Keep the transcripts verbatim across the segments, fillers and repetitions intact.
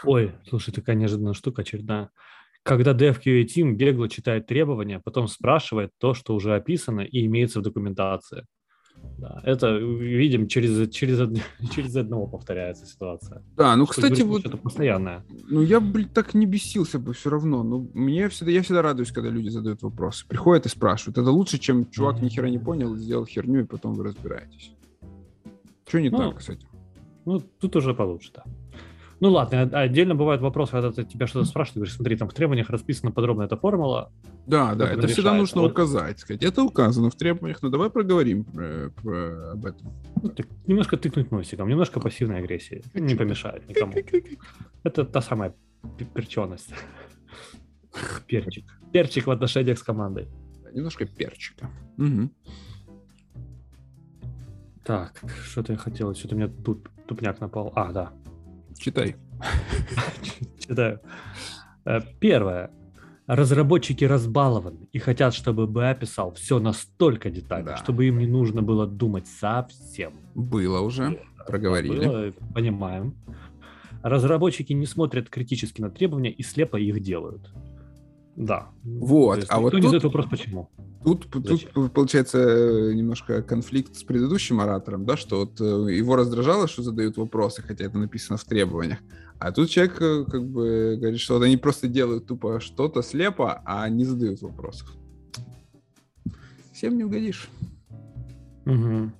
Ой, слушай, такая неожиданная штука очередная. Когда DevQA Team бегло читает требования, потом спрашивает то, что уже описано и имеется в документации. Да, это, видим, через, через, од... через одного повторяется ситуация. Да, ну, Что кстати, говорит, вот... что это постоянное. Ну, я бы так не бесился бы все равно. Ну, мне всегда, я всегда радуюсь, когда люди задают вопросы. Приходят и спрашивают. Это лучше, чем чувак ни хера не понял, сделал херню, и потом вы разбираетесь. Что не Ну, так с этим? Ну, тут уже получше, да. Ну ладно, отдельно бывает вопрос, когда ты, тебя что-то спрашивают, ты говоришь, смотри, там в требованиях расписана подробно эта формула. Да, да, это всегда решается. нужно Вот. указать, сказать, это указано в требованиях, но давай проговорим про, про, об этом. Ну, так, немножко тыкнуть носиком, немножко пассивной агрессии, не помешает никому. Это та самая перченость. Перчик. Перчик в отношениях с командой. Немножко перчика. Угу. Так, что-то я хотел, что-то у меня тут тупняк напал. А, да. Читай. Читаю. Первое. Разработчики разбалованы и хотят, чтобы бэ а писал все настолько детально, да. чтобы им не нужно было думать совсем. Было уже, проговорили. Было, понимаем. Разработчики не смотрят критически на требования и слепо их делают. Да. Вот, есть, а вот тут... не задает вопрос, тут... почему. Тут, тут получается немножко конфликт с предыдущим оратором, да, что вот его раздражало, что задают вопросы, хотя это написано в требованиях. А тут человек как бы говорит, что вот они просто делают тупо что-то слепо, а не задают вопросов. Всем не угодишь. Угу.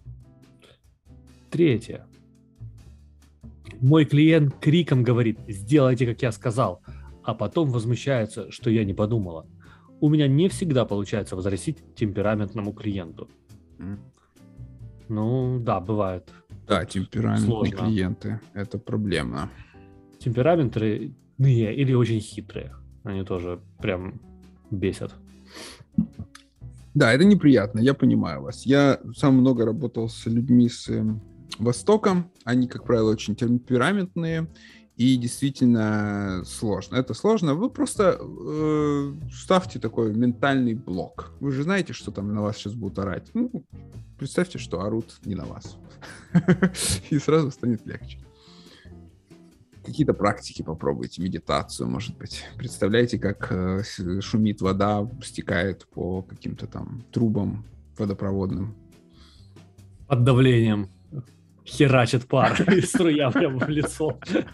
Третье. Мой клиент криком говорит: сделайте, как я сказал, а потом возмущается, что я не подумала. У меня не всегда получается возразить темпераментному клиенту. Mm. Ну, да, бывает. Да, темпераментные сложно. Клиенты. Это проблема. Темпераментные или очень хитрые. Они тоже прям бесят. Да, это неприятно, я понимаю вас. Я сам много работал с людьми с э, Востока. Они, как правило, очень темпераментные. И действительно сложно. Это сложно. Вы просто э, ставьте такой ментальный блок. Вы же знаете, что там на вас сейчас будут орать. Ну, представьте, что орут не на вас. И сразу станет легче. Какие-то практики попробуйте. Медитацию, может быть. Представляете, как э, шумит вода, стекает по каким-то там трубам водопроводным. Под давлением. Херачит пар, и струя прямо в лицо.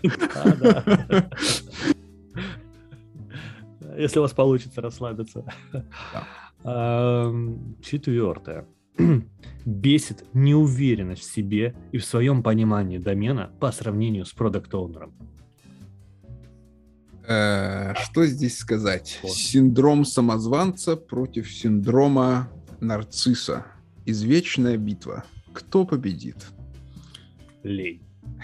Если у вас получится расслабиться. Четвертое. Бесит неуверенность в себе и в своем понимании домена по сравнению с продакт-оунером. Что здесь сказать? Синдром самозванца против синдрома нарцисса. Извечная битва. Кто победит? Лень.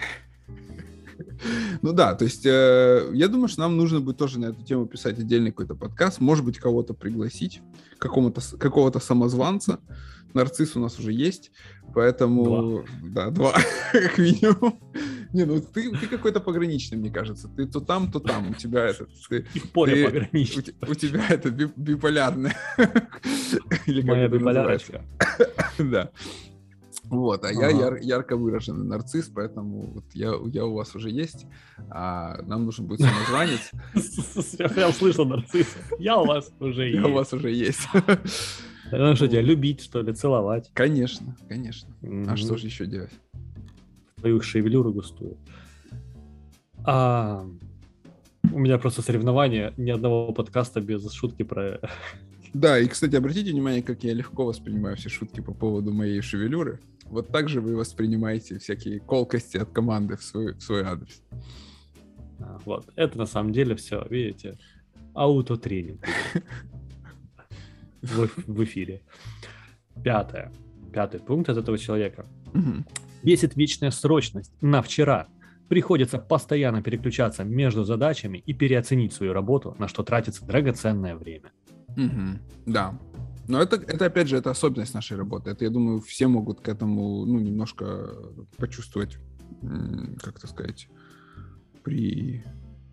Ну да, то есть э, я думаю, что нам нужно будет тоже на эту тему писать отдельный какой-то подкаст, может быть, кого-то пригласить, какого-то, какого-то самозванца. Нарцисс у нас уже есть, поэтому... Два. Да, два, как минимум. Не, ну ты, ты какой-то пограничный, мне кажется. Ты то там, то там. У тебя это... Ты, И поле ты, пограничное. У, у тебя это би, биполярное. Или моя биполярочка. Да. Вот, а ага. я яр, ярко выраженный нарцисс, поэтому вот я, я у вас уже есть, а нам нужен будет самозванец. Я прям слышал нарцисс. Я у вас уже есть. Я у вас уже есть. Ну что, тебя любить, что ли, целовать? Конечно, конечно. А что же еще делать? Твою шевелюру густую. А у меня просто соревнования, ни одного подкаста без шутки про... Да, и, кстати, обратите внимание, как я легко воспринимаю все шутки по поводу моей шевелюры. Вот так же вы воспринимаете всякие колкости от команды в свой, в свой адрес. А, вот, это на самом деле все, видите, аутотренинг в, в эфире. Пятое. Пятый пункт от этого человека. Угу. Бесит вечная срочность на вчера. Приходится постоянно переключаться между задачами и переоценить свою работу, на что тратится драгоценное время. Угу. Да. Но это, это, опять же, это особенность нашей работы. Это, я думаю, все могут к этому, ну, немножко почувствовать, как это сказать, при...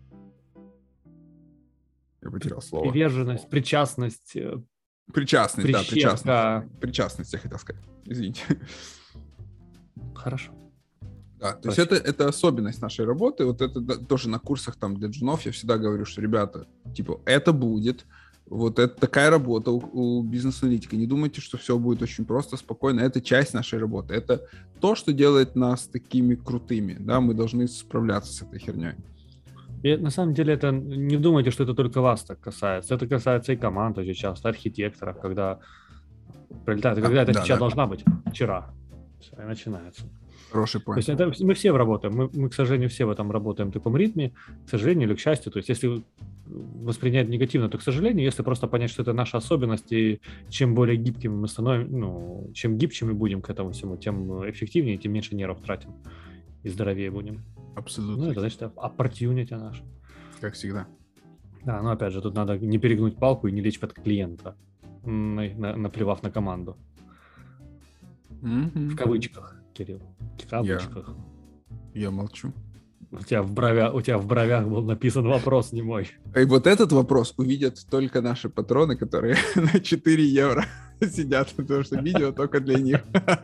Я потерял слово. Приверженность, причастность. Причастность, прищепка. да, причастность. Причастность, я хотел сказать. Извините. Хорошо. Да, то есть это, это особенность нашей работы. Вот это да, тоже на курсах там для джунов я всегда говорю, что, ребята, типа, это будет, вот это такая работа у, у бизнес-аналитика. Не думайте, что все будет очень просто, спокойно. Это часть нашей работы. Это то, что делает нас такими крутыми. Да, мы должны справляться с этой херней. И на самом деле это не думайте, что это только вас так касается. Это касается и команд очень часто, архитекторов, когда прилетает, а, когда эта да, фича да. должна быть вчера. Все, и начинается. Хороший point. То есть это, мы все работаем, мы, мы, к сожалению, все в этом работаем в таком ритме, к сожалению или к счастью. То есть если воспринять негативно, то к сожалению, если просто понять, что это наша особенность, и чем более гибкими мы становимся, ну, чем гибче мы будем к этому всему, тем эффективнее, тем меньше нервов тратим и здоровее будем. Абсолютно. Ну, это значит opportunity наша. Как всегда. Да, но опять же, тут надо не перегнуть палку и не лечь под клиента, на, на, наплевав на команду. Mm-hmm. В кавычках, Кирилл. В кавычках. Я, я молчу. У тебя, в бровях, у тебя в бровях был написан вопрос не мой. И вот этот вопрос увидят только наши патроны, которые на четыре евро сидят, потому что видео только для них.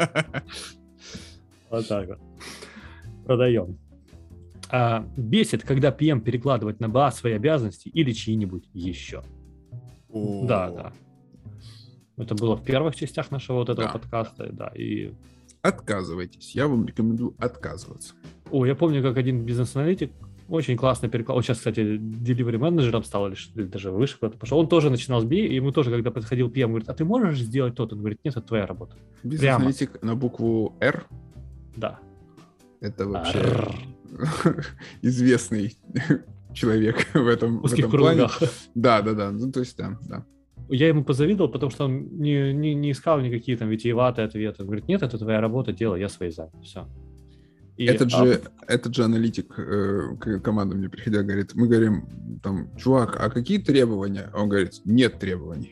Вот так вот. Продаем. А, бесит, когда пи эм перекладывает на БА свои обязанности или чьи-нибудь еще. О-о-о. Да, да. Это было в первых частях нашего вот этого да. подкаста, да, и... Отказывайтесь, я вам рекомендую отказываться. О, я помню, как один бизнес-аналитик очень классно перекладывал. Вот сейчас, кстати, delivery менеджером стал, или, или даже выше куда-то пошел. Он тоже начинал с би, и ему тоже, когда подходил пи эм, говорит, а ты можешь сделать то-то? Он говорит, нет, это твоя работа. Бизнес-аналитик на букву R? Да. Это вообще известный человек в этом, в этом плане. Да, да, да. Ну, то есть, да, да. Я ему позавидовал, потому что он не, не, не искал никакие там витиеватые ответы. Он говорит, нет, это твоя работа, делай, я свои занят. Все. И, этот, а... же, этот же аналитик э, к команде мне приходил, говорит, мы говорим, там, чувак, а какие требования? Он говорит, нет требований.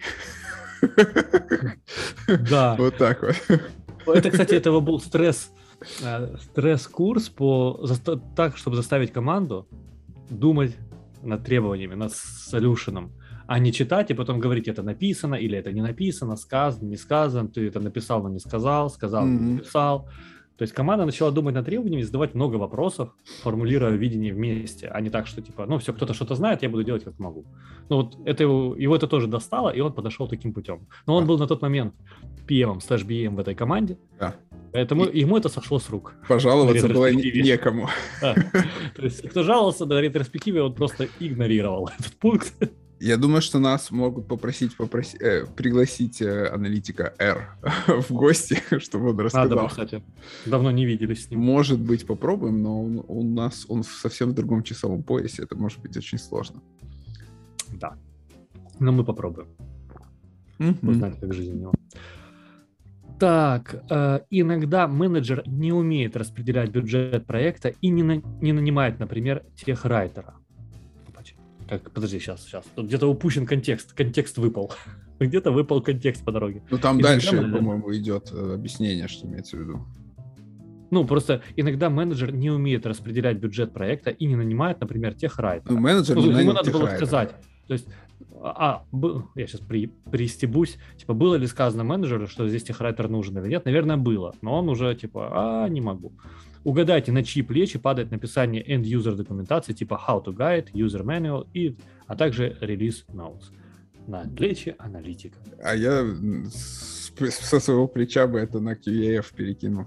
Да. Вот так вот. Это, кстати, этого был стресс, стресс-курс по так, чтобы заставить команду думать над требованиями, над солюшеном, а не читать и потом говорить, это написано или это не написано, сказано, не сказано, ты это написал, но не сказал, сказал, mm-hmm. не написал. То есть команда начала думать над требованиями, задавать много вопросов, формулируя видение вместе, а не так, что типа, ну все, кто-то что-то знает, я буду делать как могу. Ну вот это его, его это тоже достало, и он подошел таким путем. Но он был на тот момент пи эм слэш би эм в этой команде, да. Поэтому и... ему это сошло с рук. Пожаловаться было некому. Да. То есть кто жаловался на ретроспективе, он просто игнорировал этот пункт. Я думаю, что нас могут попросить попроси, э, пригласить э, аналитика R в гости, чтобы он рассказал. Надо бы, кстати. Давно не виделись с ним. Может быть, попробуем, но он, у нас он совсем в другом часовом поясе. Это может быть очень сложно. Да. Но мы попробуем. Mm-hmm. Узнать, как жизнь у него. Так, э, иногда менеджер не умеет распределять бюджет проекта и не, на, не нанимает, например, техрайтера. Как, подожди, сейчас, сейчас. Тут где-то упущен контекст. Контекст выпал. Где-то выпал контекст по дороге. Ну, там иногда дальше, менеджер... по-моему, идет объяснение, что имеется в виду. Ну, просто иногда менеджер не умеет распределять бюджет проекта и не нанимает, например, техрайтера. Ну, менеджер ну, не ему надо было сказать. То есть, а, был, я сейчас при, пристебусь, типа, было ли сказано менеджеру, что здесь техрайтер нужен или нет? Наверное, было. Но он уже, типа, а, не могу. Угадайте, на чьи плечи падает написание end-user документации типа how to guide, user manual, и, а также release notes. На плечи аналитика. А я с, со своего плеча бы это на кью эй эф перекинул.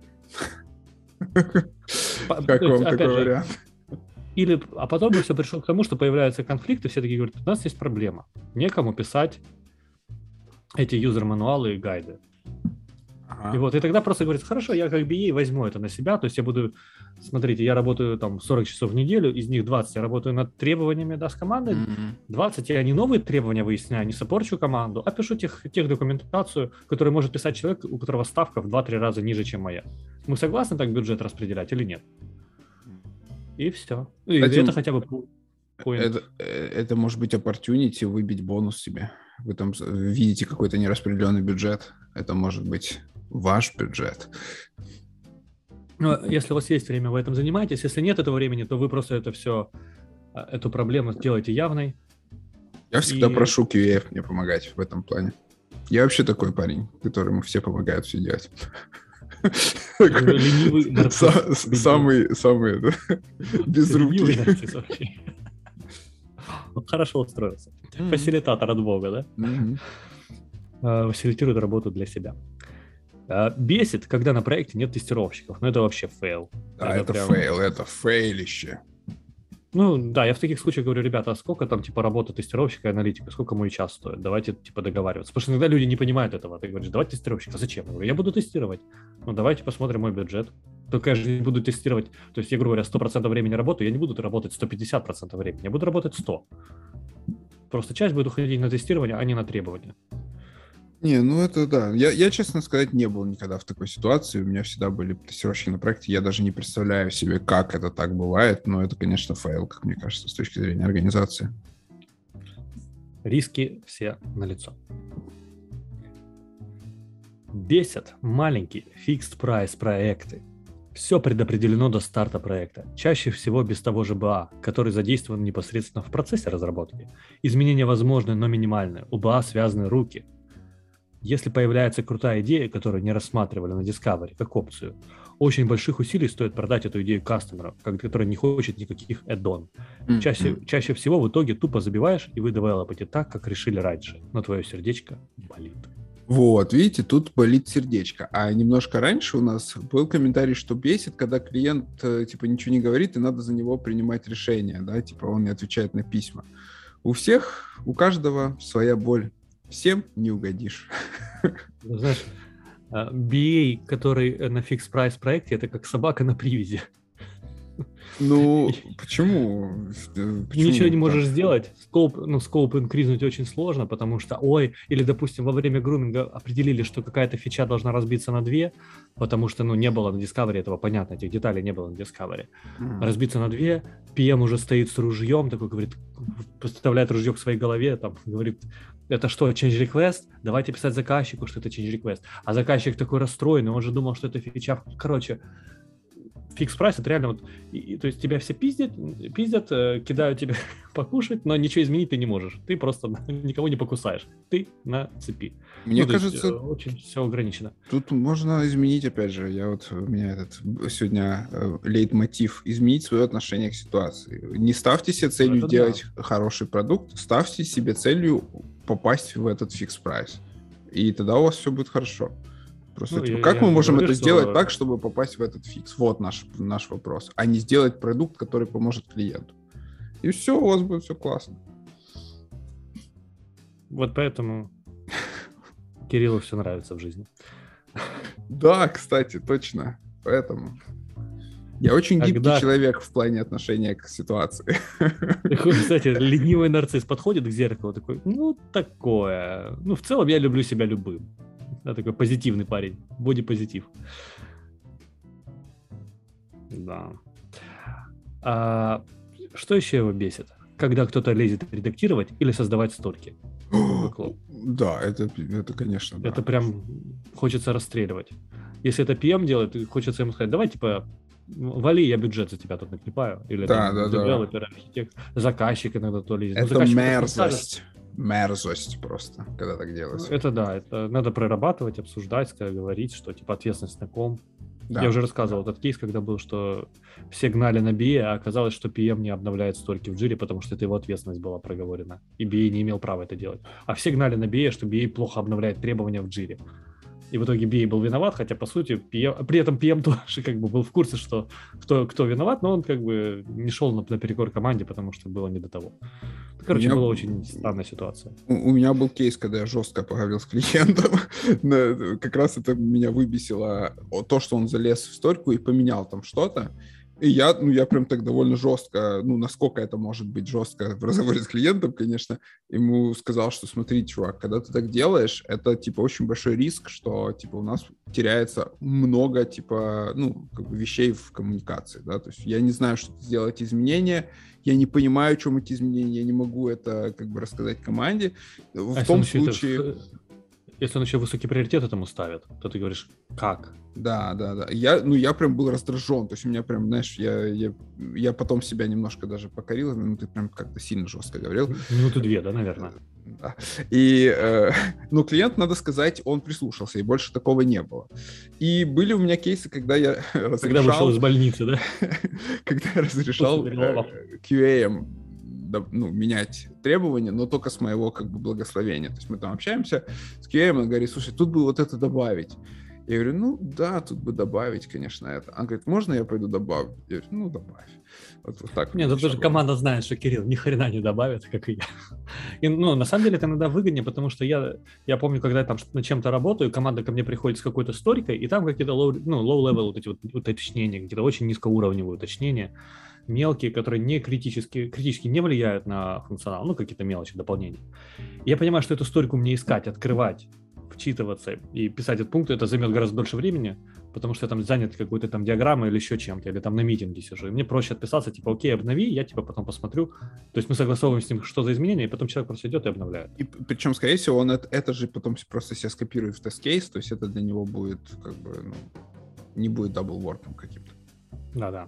Как вам такой вариант? Или, а потом бы все пришло к тому, что появляются конфликты, все такие говорят, у нас есть проблема, некому писать эти юзер-мануалы и гайды. Ага. И вот, и тогда просто говорит, хорошо, я как би эй возьму это на себя, то есть я буду, смотрите, я работаю там сорок часов в неделю, из них двадцать я работаю над требованиями, да, с командой, mm-hmm. двадцать я не новые требования выясняю, не саппорчу команду, а пишу тех, тех документацию, которую может писать человек, у которого ставка в два-три раза ниже, чем моя. Мы согласны так бюджет распределять или нет? И все. И Кстати, это хотя бы это, это может быть opportunity выбить бонус себе. Вы там видите какой-то нераспределенный бюджет, это может быть ваш бюджет. Но если у вас есть время, вы этим занимаетесь. Если нет этого времени, то вы просто это все, эту проблему сделаете явной. Я всегда и... прошу кью эй эф мне помогать в этом плане. Я вообще такой парень, которому все помогают все делать. Ленивый нарцисс. Самый, самый, безрукий. Ленивый нарцисс вообще. Хорошо устроился. Фасилитатор от Бога, да? Фасилитирует работу для себя. Бесит, когда на проекте нет тестировщиков. Ну, это вообще фейл. Да, это, это прям... фейл, это фейлище. Ну, да, я в таких случаях говорю, ребята, а сколько там, типа, работа тестировщика и аналитика, сколько мой час стоит? Давайте, типа, договариваться. Потому что иногда люди не понимают этого. Ты говоришь, давайте тестировщика. А зачем? Я говорю, я буду тестировать. Ну, давайте посмотрим мой бюджет. Только я же не буду тестировать. То есть, я грубо говоря, сто процентов времени работаю, я не буду работать сто пятьдесят процентов времени. Я буду работать сто процентов. Просто часть будет уходить на тестирование, а не на требования. Не, ну это да. Я, я, честно сказать, не был никогда в такой ситуации. У меня всегда были тестировщики на проекте. Я даже не представляю себе, как это так бывает. Но это, конечно, фейл, как мне кажется, с точки зрения организации. Риски все налицо. Бесят маленькие фикст-прайс проекты. Все предопределено до старта проекта. Чаще всего без того же БА, который задействован непосредственно в процессе разработки. Изменения возможны, но минимальны. У БА связаны руки. Если появляется крутая идея, которую не рассматривали на Discovery как опцию, очень больших усилий стоит продать эту идею кастомеру, который не хочет никаких add-on. Mm-hmm. Чаще, чаще всего в итоге тупо забиваешь, и вы девелопите так, как решили раньше, но твое сердечко болит. Вот, видите, тут болит сердечко. А немножко раньше у нас был комментарий, что бесит, когда клиент типа ничего не говорит, и надо за него принимать решение, да, типа он не отвечает на письма. У всех, у каждого своя боль. Всем не угодишь. Знаешь, би эй, который на фикс-прайс проекте, это как собака на привязи. Ну, почему? почему? Ничего не можешь сделать. Скоуп, ну, скоуп инкризнуть очень сложно, потому что, ой, или, допустим, во время груминга определили, что какая-то фича должна разбиться на две, потому что, ну, не было на Discovery этого, понятно, этих деталей не было на Discovery. Mm. Разбиться на две, пи эм уже стоит с ружьем, такой говорит, подставляет ружье к своей голове, там, говорит, это что, change request? Давайте писать заказчику, что это change request. А заказчик такой расстроенный, он же думал, что это фича. Короче, фикс-прайс, это реально вот, и, то есть тебя все пиздят, пиздят, э, кидают тебе покушать, но ничего изменить ты не можешь. Ты просто никого не покусаешь. Ты на цепи. Мне ну, кажется, есть, очень все ограничено. Тут можно изменить, опять же, я вот, у меня этот сегодня э, лейтмотив, изменить свое отношение к ситуации. Не ставьте себе целью это сделать да. хороший продукт, ставьте себе целью попасть в этот фикс-прайс. И тогда у вас все будет хорошо. Просто, ну, типа, я, как я мы можем говорю, это что... сделать так, чтобы попасть в этот фикс? Вот наш, наш вопрос. А не сделать продукт, который поможет клиенту. И все, у вас будет все классно. Вот поэтому Кириллу все нравится в жизни. Да, кстати, точно. Поэтому. Я очень гибкий Когда... человек в плане отношения к ситуации. Кстати, ленивый нарцисс подходит к зеркалу, такой, ну, такое. Ну, в целом я люблю себя любым. Да, такой позитивный парень, бодипозитив. Да. А, что еще его бесит? Когда кто-то лезет редактировать или создавать створки. Да, это, это конечно, да. Это прям хочется расстреливать. Если это пи эм делает, хочется ему сказать, давай, типа, вали, я бюджет за тебя тут наклепаю. Или да, там, да, девелопер, архитектор, заказчик иногда то лезет. Это ну, мерзость. Мерзость просто, когда так делается. Это да, это надо прорабатывать, обсуждать, говорить, что типа ответственность на ком. Да. Я уже рассказывал да. этот кейс, когда был, что все гнали на би эй, а оказалось, что пи эм не обновляет стольки в джире, потому что это его ответственность была проговорена. И би эй не имел права это делать. А все гнали на би эй, что би эй плохо обновляет требования в джире. И в итоге би эй был виноват, хотя, по сути, пи эм... при этом пи эм тоже как бы был в курсе, что кто, кто виноват, но он как бы не шел наперекор команде, потому что было не до того. Короче, меня... была очень странная ситуация. У, у меня был кейс, когда я жестко поговорил с клиентом. Как раз это меня выбесило. То, что он залез в сторку и поменял там что-то. И я, ну, я прям так довольно жестко, ну, насколько это может быть жестко в разговоре с клиентом, конечно, ему сказал, что смотри, чувак, когда ты так делаешь, это, типа, очень большой риск, что, типа, у нас теряется много, типа, ну, как бы вещей в коммуникации, да, то есть я не знаю, что сделать изменения, я не понимаю, в чем эти изменения, я не могу это, как бы, рассказать команде. В а том случае... Это... Если он еще высокий приоритет этому ставит, то ты говоришь, как? Да, да, да. Я, ну, я прям был раздражен. То есть у меня прям, знаешь, я, я, я потом себя немножко даже покорил. Ну, ты прям как-то сильно жестко говорил. Минуты две, да, наверное? Да. И, э, ну, клиент, надо сказать, он прислушался, и больше такого не было. И были у меня кейсы, когда я разрешал... Когда вышел из больницы, да? Когда я разрешал кью эй ну, менять требования, но только с моего как бы благословения. То есть мы там общаемся с кью эй, он говорит, слушай, тут бы вот это добавить. Я говорю, ну да, тут бы добавить, конечно, это. Он говорит, можно я пойду добавлю? Я говорю, ну добавь. Вот, вот так. Нет, тут даже команда знает, что Кирилл ни хрена не добавит, как и я. И, ну, на самом деле это иногда выгоднее, потому что я, я помню, когда я там над чем-то работаю, команда ко мне приходит с какой-то сторикой, и там какие-то low, ну, low-level вот эти вот уточнения, какие-то очень низкоуровневые уточнения, мелкие, которые не критически, критически не влияют на функционал, ну, какие-то мелочи, дополнения. И я понимаю, что эту сторику мне искать, открывать, вчитываться и писать этот пункт, это займет гораздо больше времени, потому что я там занят какой-то там диаграммой или еще чем-то, или там на митинге сижу. И мне проще отписаться, типа, окей, обнови, я типа потом посмотрю. То есть мы согласовываем с ним, что за изменения, и потом человек просто идет и обновляет. И причем, скорее всего, он это, это же потом просто себя скопирует в тест-кейс, то есть это для него будет как бы, ну, не будет даблворком каким-то. Да-да.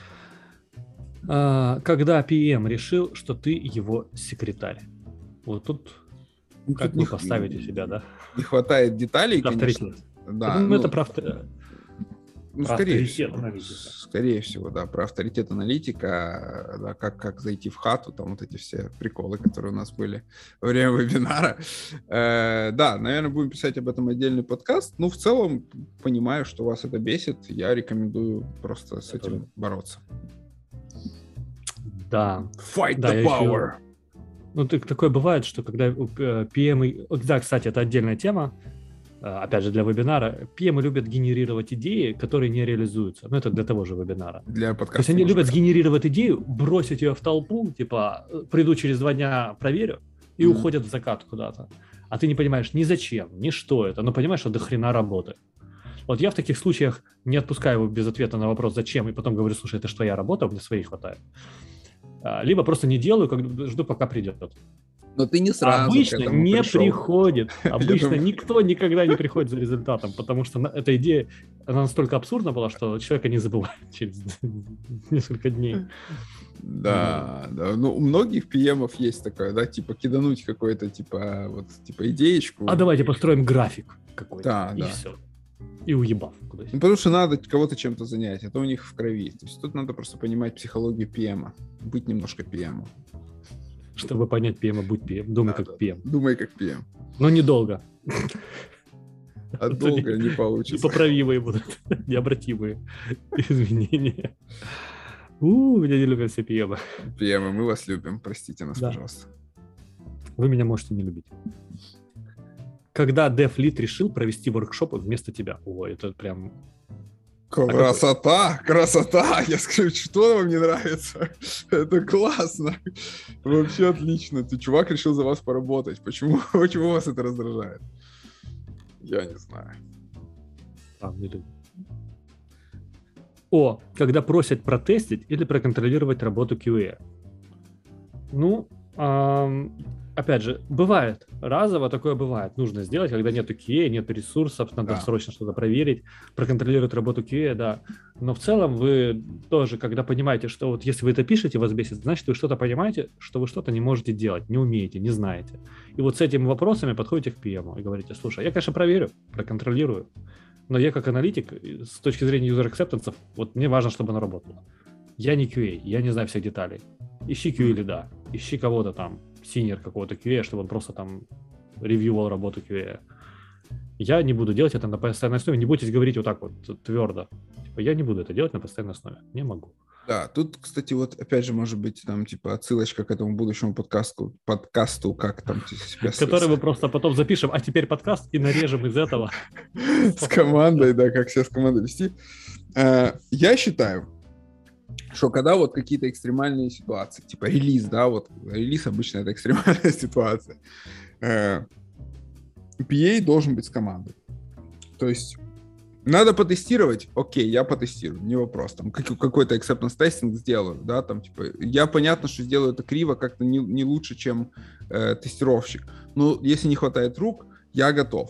А, когда пи эм решил, что ты его секретарь. Вот тут ну, как вы поставите себя, да? Не хватает деталей, это конечно. Да, думаю, ну, это про, ну, про скорее авторитет всего, аналитика. Скорее всего, да, про авторитет аналитика, да, как, как зайти в хату, там вот эти все приколы, которые у нас были во время вебинара. Э, да, наверное, будем писать об этом отдельный подкаст. Ну, в целом, понимаю, что вас это бесит, я рекомендую просто с этим это... бороться. Да. Fight да, the power! Еще... Ну, так, такое бывает, что когда пи эм... Да, кстати, это отдельная тема, опять же, для вебинара. пи эм любят генерировать идеи, которые не реализуются. Ну, это для того же вебинара. Для подкаста. То есть они любят сгенерировать идею, бросить ее в толпу, типа, приду через два дня, проверю, и mm-hmm. уходят в закат куда-то. А ты не понимаешь ни зачем, ни что это, но понимаешь, что до хрена работы. Вот я в таких случаях не отпускаю его без ответа на вопрос «зачем?», и потом говорю, слушай, это же твоя работа, мне своей хватает. Либо просто не делаю, как жду, пока придет. Но ты не сразу Обычно к этому не пришел. приходит. Обычно никто никогда не приходит за результатом, потому что эта идея, она настолько абсурдна была, что человека не забывает через несколько дней. Да, да. Ну, у многих пи эмов есть такое, да, типа кидануть какой-то, типа, вот, типа идеечку. А давайте построим график какой-то. Да, и да. все. И уебав куда-то. Ну, потому что надо кого-то чем-то занять, это у них в крови. То есть тут надо просто понимать психологию пи эма, быть немножко пи эмом. Чтобы понять пи эма, будь пи эм, думай да, как да. пи эм. Думай как пи эм. Но недолго. А долго не получится. Непоправимые будут, необратимые изменения. У, меня не любят все пи эмы. пи эмы, мы вас любим, простите нас, да. пожалуйста. Вы меня можете не любить. Когда DevLead решил провести воркшоп вместо тебя. Ой, это прям... Красота, а красота! Я скажу, что вам не нравится? Это классно! Вообще отлично. Ты, чувак решил за вас поработать. Почему, почему вас это раздражает? Я не знаю. А, не О, когда просят протестить или проконтролировать работу кью эй. Ну, эм, опять же, бывает. Разово такое бывает. Нужно сделать, когда нету кью эй, нет ресурсов, надо да. срочно что-то проверить, проконтролировать работу кью эй, да. Но в целом вы тоже, когда понимаете, что вот если вы это пишете, вас бесит, значит, вы что-то понимаете, что вы что-то не можете делать, не умеете, не знаете. И вот с этими вопросами подходите к пи эм и говорите, слушай, я, конечно, проверю, проконтролирую, но я как аналитик, с точки зрения user acceptance, вот мне важно, чтобы оно работало. Я не кью эй, я не знаю всех деталей. Ищи кью эй лида, ищи кого-то там, синьор какого-то кью эй, чтобы он просто там ревьювал работу кью эй. Я не буду делать это на постоянной основе. Не бойтесь говорить вот так вот твердо. Типа, я не буду это делать на постоянной основе. Не могу. Да, тут, кстати, вот опять же может быть там типа отсылочка к этому будущему подкасту, подкасту как там себя... Который мы просто потом запишем, а теперь подкаст и нарежем из этого. С командой, да, как себя с командой вести. Я считаю, что когда вот какие-то экстремальные ситуации, типа релиз, да, вот релиз обычно это экстремальная ситуация, пи эй должен быть с командой. То есть надо потестировать, окей, я потестирую, не вопрос, там какой-то acceptance тестинг сделаю, да, там типа, я понятно, что сделаю это криво, как-то не, не лучше, чем э, тестировщик, но если не хватает рук, я готов.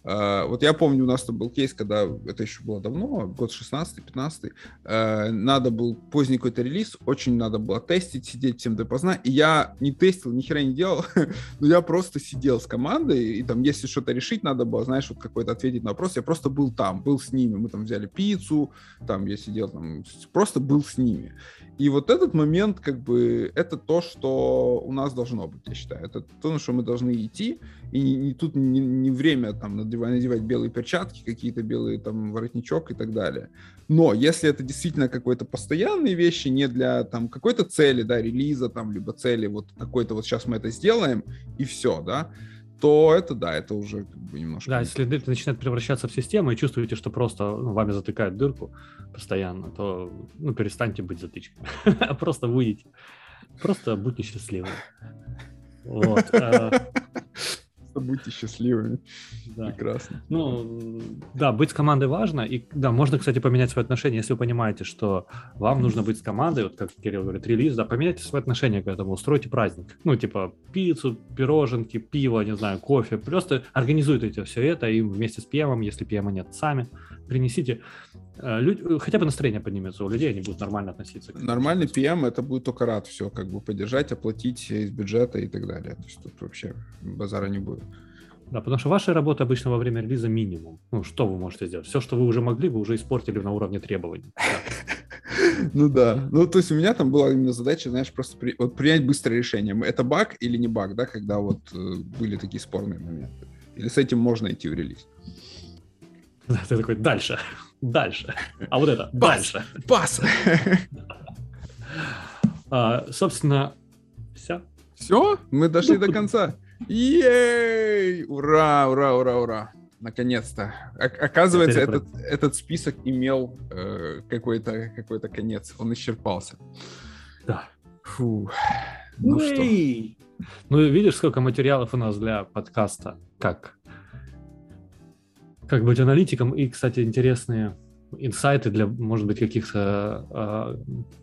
Вот я помню, у нас там был кейс, когда, это еще было давно, год шестнадцатый-пятнадцатый, надо был поздний какой-то релиз, очень надо было тестить, сидеть всем допоздна, и я не тестил, ни хера не делал, но я просто сидел с командой, и там, если что-то решить надо было, знаешь, вот какой-то ответить на вопрос, я просто был там, был с ними, мы там взяли пиццу, там я сидел, там, просто был с ними. И вот этот момент, как бы, это то, что у нас должно быть, я считаю. Это то, на что мы должны идти. И не, не, тут не, не время там надевать, надевать белые перчатки, какие-то белые там воротничок и так далее. Но если это действительно какой-то постоянные вещи, не для там какой-то цели, да, релиза там, либо цели вот какой-то вот сейчас мы это сделаем, и все, да, то это, да, это уже как бы немножко... Да, если это начинает превращаться в систему, и чувствуете, что просто ну, вами затыкают дырку постоянно, то ну, перестаньте быть затычкой. Просто выйдите. Просто будьте счастливы. Вот. Будьте счастливыми. Да. Прекрасно. Ну, да, быть с командой важно. И да, можно, кстати, поменять свои отношения, если вы понимаете, что вам нужно быть с командой, вот как Кирилл говорит, релиз, да, поменяйте свои отношения к этому, устройте праздник. Ну, типа пиццу, пироженки, пиво, не знаю, кофе. Просто организуйте все это и вместе с пи эм, если пи эм нет, сами принесите. Люди, хотя бы настроение поднимется у людей, они будут нормально относиться к этому. Нормальный пи эм это будет только рад все как бы поддержать, оплатить из бюджета и так далее. То есть тут вообще базара не будет. Да, потому что ваша работа обычно во время релиза минимум. Ну, что вы можете сделать? Все, что вы уже могли, вы уже испортили на уровне требований. Ну да. Ну, то есть у меня там была именно задача, знаешь, просто при, вот принять быстрое решение. Это баг или не баг, да, когда вот э, были такие спорные моменты. Или с этим можно идти в релиз? Да, ты такой, дальше, дальше. А вот это, дальше. Пас! А, собственно, все. Все? Мы дошли до конца. Ей! Ура, ура, ура, ура. Наконец-то. Оказывается, этот, этот список имел э, какой-то, какой-то конец. Он исчерпался. Да. Фу. Ну что? Ну, видишь, сколько материалов у нас для подкаста. Как? Как быть аналитиком. И, кстати, интересные инсайты для, может быть, каких-то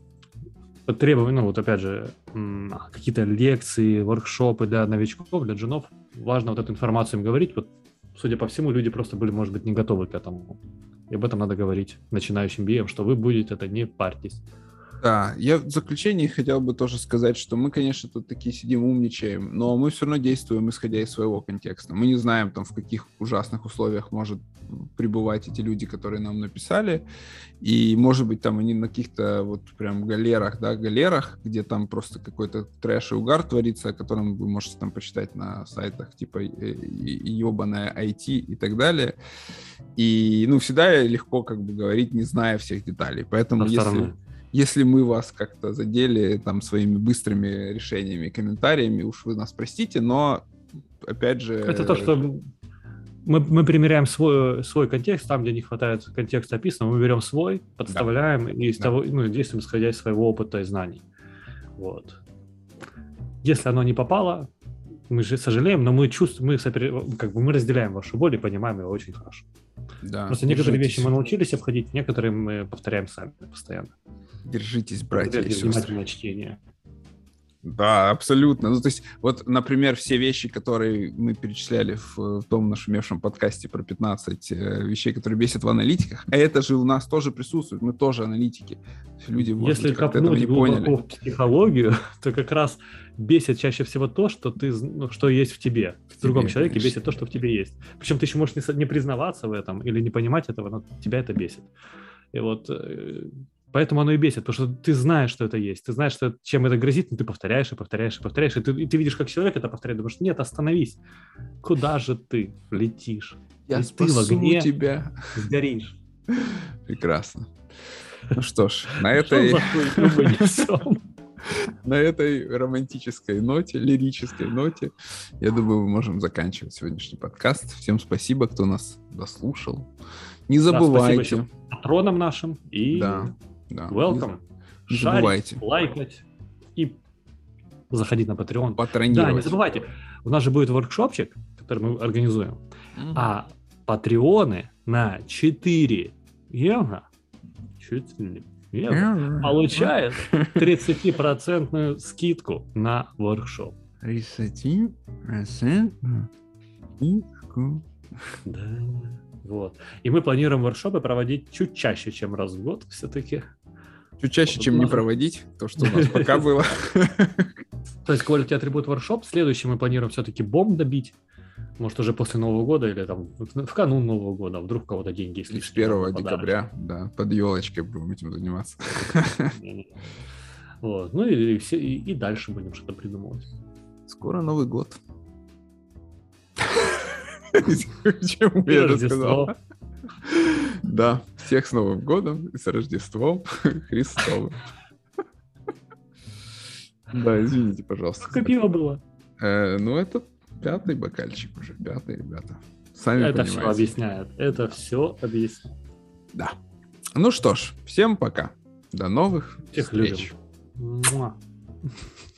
э, требований. Ну, вот опять же, м- какие-то лекции, воркшопы для новичков, для джунов. Важно вот эту информацию им говорить. Вот, судя по всему, люди просто были, может быть, не готовы к этому. И об этом надо говорить начинающим би эм, что вы будете это, не парьтесь. Да, я в заключении хотел бы тоже сказать, что мы, конечно, тут такие сидим, умничаем, но мы все равно действуем, исходя из своего контекста. Мы не знаем, там, в каких ужасных условиях может пребывать эти люди, которые нам написали, и, может быть, там они на каких-то вот прям галерах, да, галерах, где там просто какой-то трэш и угар творится, о котором вы можете там почитать на сайтах типа ебаная ай ти и так далее. И, ну, всегда легко как бы говорить, не зная всех деталей, поэтому если... Если мы вас как-то задели там своими быстрыми решениями, комментариями, уж вы нас простите, но, опять же... Это то, что мы, мы примеряем свой, свой контекст, там, где не хватает контекста описанного, мы берем свой, подставляем, да. и из да. того, ну, действуем, исходя из своего опыта и знаний. Вот. Если оно не попало, мы же сожалеем, но мы чувствуем, мы, сопер... как бы мы разделяем вашу боль и понимаем ее очень хорошо. Да, просто некоторые вещи мы научились обходить, некоторые мы повторяем сами постоянно. Держитесь, братья и сестры. Внимательное чтение. Да, абсолютно. Ну, то есть, вот, например, все вещи, которые мы перечисляли в, в том нашумевшем подкасте про пятнадцать э, вещей, которые бесят в аналитиках, а это же у нас тоже присутствует, мы тоже аналитики. Люди, может Если быть, как-то этого не поняли. в психологию, то как раз бесит чаще всего то, что ты, ну, что есть в тебе. В, в другом тебе, человеке конечно. Бесит то, что в тебе есть. Причем ты еще можешь не, не признаваться в этом или не понимать этого, но тебя это бесит. И вот... Э, Поэтому оно и бесит, потому что ты знаешь, что это есть, ты знаешь, что, чем это грозит, но ты повторяешь и повторяешь и повторяешь, и ты, и ты видишь, как человек это повторяет, думаешь, нет, остановись, куда же ты летишь? Я и спасу ты в огне тебя. Сгоришь. Прекрасно. Ну что ж, на этой... На этой романтической ноте, лирической ноте, я думаю, мы можем заканчивать сегодняшний подкаст. Всем спасибо, кто нас дослушал. Не забывайте. Да, спасибо патронам нашим и да, да. welcome. Не, не Шарить, забывайте. лайкать и заходить на Patreon. Патронировать. Да, не забывайте. У нас же будет воркшопчик, который мы организуем. Mm-hmm. А патреоны на четыре евро, четыре евро mm-hmm. получают тридцать процентов скидку на воркшоп. тридцать процентов скидку Да, вот. И мы планируем воркшопы проводить чуть чаще, чем раз в год все-таки. Чуть чаще, чем не проводить то, что у нас пока было. То есть Quality Attribute Workshop. Следующий мы планируем все-таки бомб добить. Может, уже после Нового года или там в канун Нового года. Вдруг у кого-то деньги есть. С первого декабря, да, под елочкой будем этим заниматься. Вот. Ну и, и, и, и дальше будем что-то придумывать. Скоро Новый год. Почему я это сказал? Да, всех с Новым годом и с Рождеством Христовым. Да, извините, пожалуйста. Сколько пива было? Ну, это пятый бокальчик уже, пятый, ребята. Сами это понимаете. все объясняет. Это все объясняет. Да. Ну что ж, всем пока. До новых Всех встреч. любим.